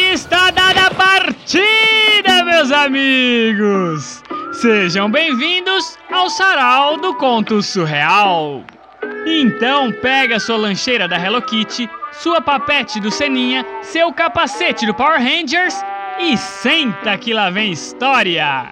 Está dada a partida, meus amigos! Sejam bem-vindos ao Sarau do Conto Surreal. Então pega sua lancheira da Hello Kitty, sua papete do Seninha, seu capacete do Power Rangers e senta que lá vem história!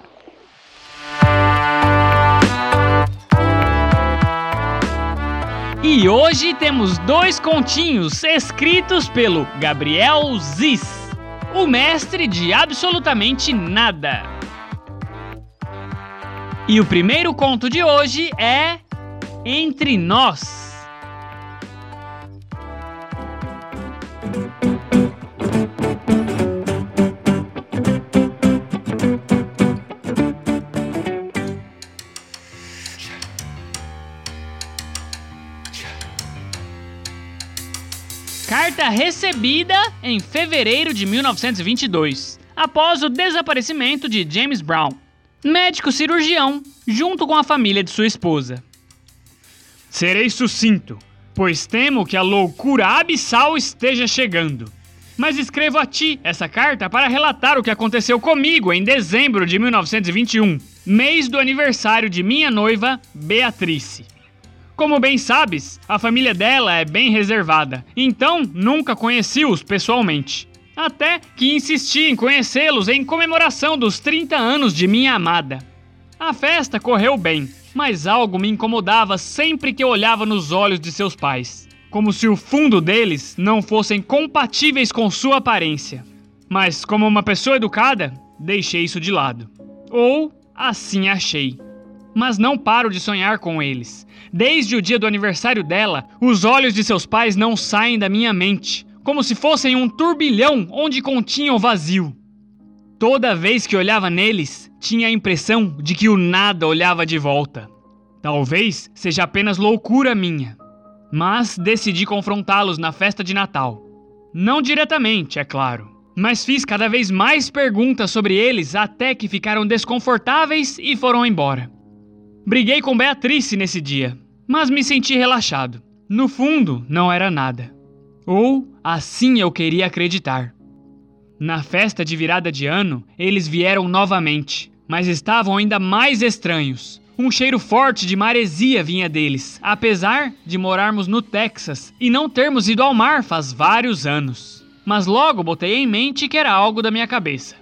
E hoje temos 2 continhos escritos pelo Gabriel Ziz, o mestre de absolutamente nada. E o primeiro conto de hoje é Entre Nós. Carta recebida em fevereiro de 1922, após o desaparecimento de James Brown, médico cirurgião, junto com a família de sua esposa. Serei sucinto, pois temo que a loucura abissal esteja chegando. Mas escrevo a ti essa carta para relatar o que aconteceu comigo em dezembro de 1921, mês do aniversário de minha noiva, Beatrice. Como bem sabes, a família dela é bem reservada, então nunca conheci-os pessoalmente. Até que insisti em conhecê-los em comemoração dos 30 anos de minha amada. A festa correu bem, mas algo me incomodava sempre que eu olhava nos olhos de seus pais, como se o fundo deles não fossem compatíveis com sua aparência. Mas como uma pessoa educada, deixei isso de lado. Ou assim achei. Mas não paro de sonhar com eles. Desde o dia do aniversário dela, os olhos de seus pais não saem da minha mente, como se fossem um turbilhão onde continham vazio. Toda vez que olhava neles, tinha a impressão de que o nada olhava de volta. Talvez seja apenas loucura minha, mas decidi confrontá-los na festa de Natal. Não diretamente, é claro, mas fiz cada vez mais perguntas sobre eles até que ficaram desconfortáveis e foram embora. Briguei com Beatrice nesse dia, mas me senti relaxado. No fundo, não era nada. Ou assim eu queria acreditar. Na festa de virada de ano, eles vieram novamente, mas estavam ainda mais estranhos. Um cheiro forte de maresia vinha deles, apesar de morarmos no Texas e não termos ido ao mar faz vários anos. Mas logo botei em mente que era algo da minha cabeça.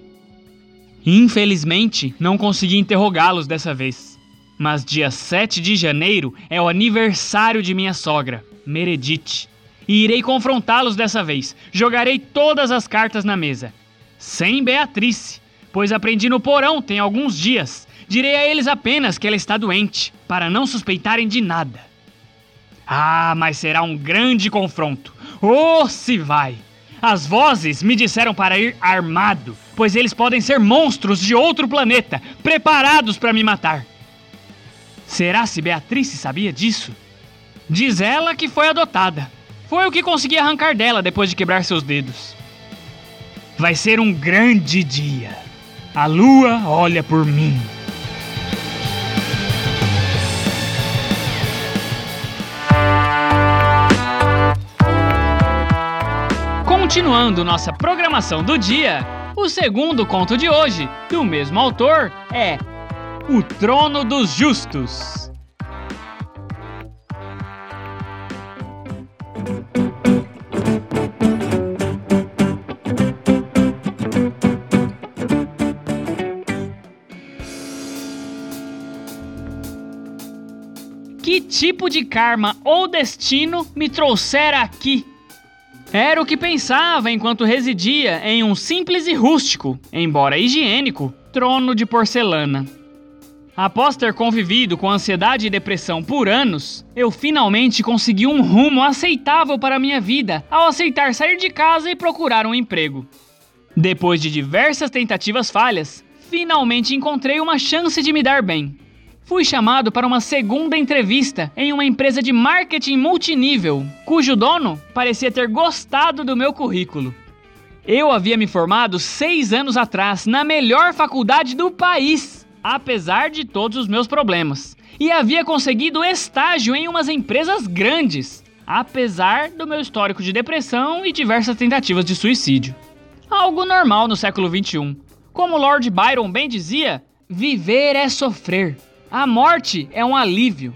Infelizmente, não consegui interrogá-los dessa vez. Mas dia 7 de janeiro é o aniversário de minha sogra, Meredith. E irei confrontá-los dessa vez. Jogarei todas as cartas na mesa. Sem Beatrice, pois aprendi no porão tem alguns dias. Direi a eles apenas que ela está doente, para não suspeitarem de nada. Ah, mas será um grande confronto. Oh, se vai! As vozes me disseram para ir armado, pois eles podem ser monstros de outro planeta, preparados para me matar. Será se Beatrice sabia disso? Diz ela que foi adotada. Foi o que consegui arrancar dela depois de quebrar seus dedos. Vai ser um grande dia. A lua olha por mim. Continuando nossa programação do dia, o segundo conto de hoje, do mesmo autor, é O Trono dos Justos. Que tipo de karma ou destino me trouxera aqui? Era o que pensava enquanto residia em um simples e rústico, embora higiênico, trono de porcelana. Após ter convivido com ansiedade e depressão por anos, eu finalmente consegui um rumo aceitável para a minha vida ao aceitar sair de casa e procurar um emprego. Depois de diversas tentativas falhas, finalmente encontrei uma chance de me dar bem. Fui chamado para uma segunda entrevista em uma empresa de marketing multinível, cujo dono parecia ter gostado do meu currículo. Eu havia me formado 6 anos atrás na melhor faculdade do país, apesar de todos os meus problemas, e havia conseguido estágio em umas empresas grandes, apesar do meu histórico de depressão e diversas tentativas de suicídio. Algo normal no século XXI. Como Lord Byron bem dizia, viver é sofrer. A morte é um alívio.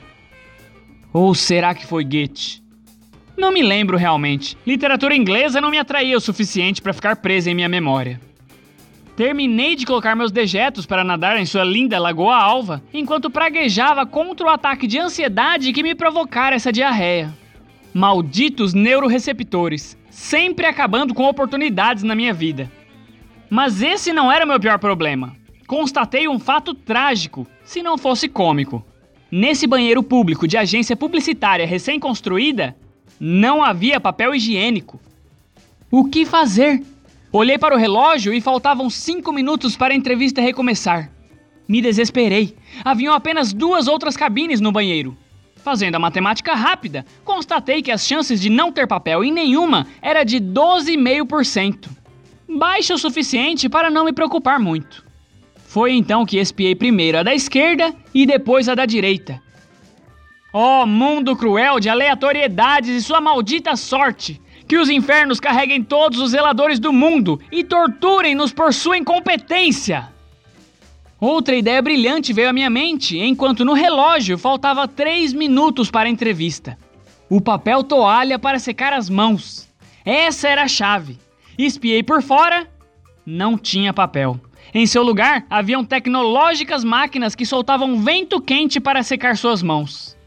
Ou será que foi Goethe? Não me lembro realmente. Literatura inglesa não me atraía o suficiente para ficar presa em minha memória. Terminei de colocar meus dejetos para nadar em sua linda Lagoa Alva, enquanto praguejava contra o ataque de ansiedade que me provocara essa diarreia. Malditos neuroreceptores, sempre acabando com oportunidades na minha vida. Mas esse não era o meu pior problema. Constatei um fato trágico, se não fosse cômico. Nesse banheiro público de agência publicitária recém-construída, não havia papel higiênico. O que fazer? Olhei para o relógio e faltavam 5 minutos para a entrevista recomeçar. Me desesperei. Haviam apenas 2 outras cabines no banheiro. Fazendo a matemática rápida, constatei que as chances de não ter papel em nenhuma era de 12,5%. Baixa o suficiente para não me preocupar muito. Foi então que espiei primeiro a da esquerda e depois a da direita. Oh, mundo cruel de aleatoriedades e sua maldita sorte! Que os infernos carreguem todos os zeladores do mundo e torturem-nos por sua incompetência! Outra ideia brilhante veio à minha mente, enquanto no relógio faltava 3 minutos para a entrevista. O papel toalha para secar as mãos. Essa era a chave. Espiei por fora, não tinha papel. Em seu lugar, haviam tecnológicas máquinas que soltavam vento quente para secar suas mãos.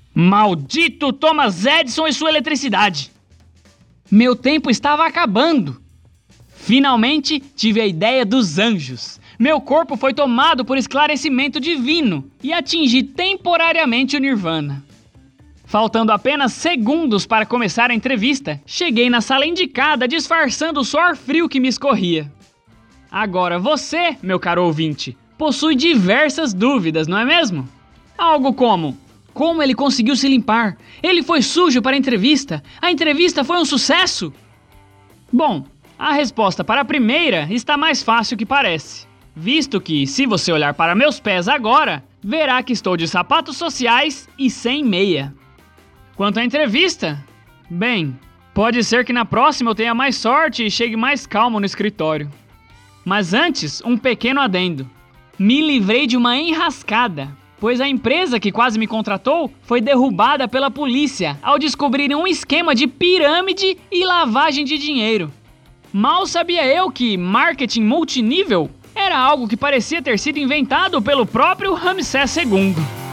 Maldito Thomas Edison e sua eletricidade! Meu tempo estava acabando. Finalmente, tive a ideia dos anjos. Meu corpo foi tomado por esclarecimento divino e atingi temporariamente o Nirvana. Faltando apenas segundos para começar a entrevista, cheguei na sala indicada disfarçando o suor frio que me escorria. Agora você, meu caro ouvinte, possui diversas dúvidas, não é mesmo? Algo como ele conseguiu se limpar? Ele foi sujo para a entrevista? A entrevista foi um sucesso? Bom, a resposta para a primeira está mais fácil que parece, visto que, se você olhar para meus pés agora, verá que estou de sapatos sociais e sem meia. Quanto à entrevista, bem, pode ser que na próxima eu tenha mais sorte e chegue mais calmo no escritório. Mas antes, um pequeno adendo. Me livrei de uma enrascada, pois a empresa que quase me contratou foi derrubada pela polícia ao descobrirem um esquema de pirâmide e lavagem de dinheiro. Mal sabia eu que marketing multinível era algo que parecia ter sido inventado pelo próprio Ramsés II.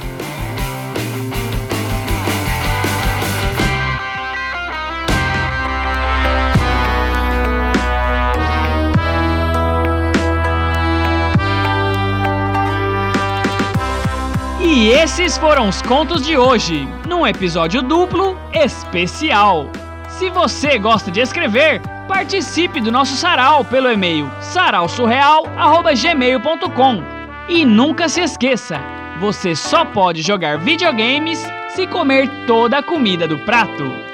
E esses foram os contos de hoje, num episódio duplo especial. Se você gosta de escrever, participe do nosso sarau pelo e-mail sarausurreal@gmail.com. E nunca se esqueça, você só pode jogar videogames se comer toda a comida do prato.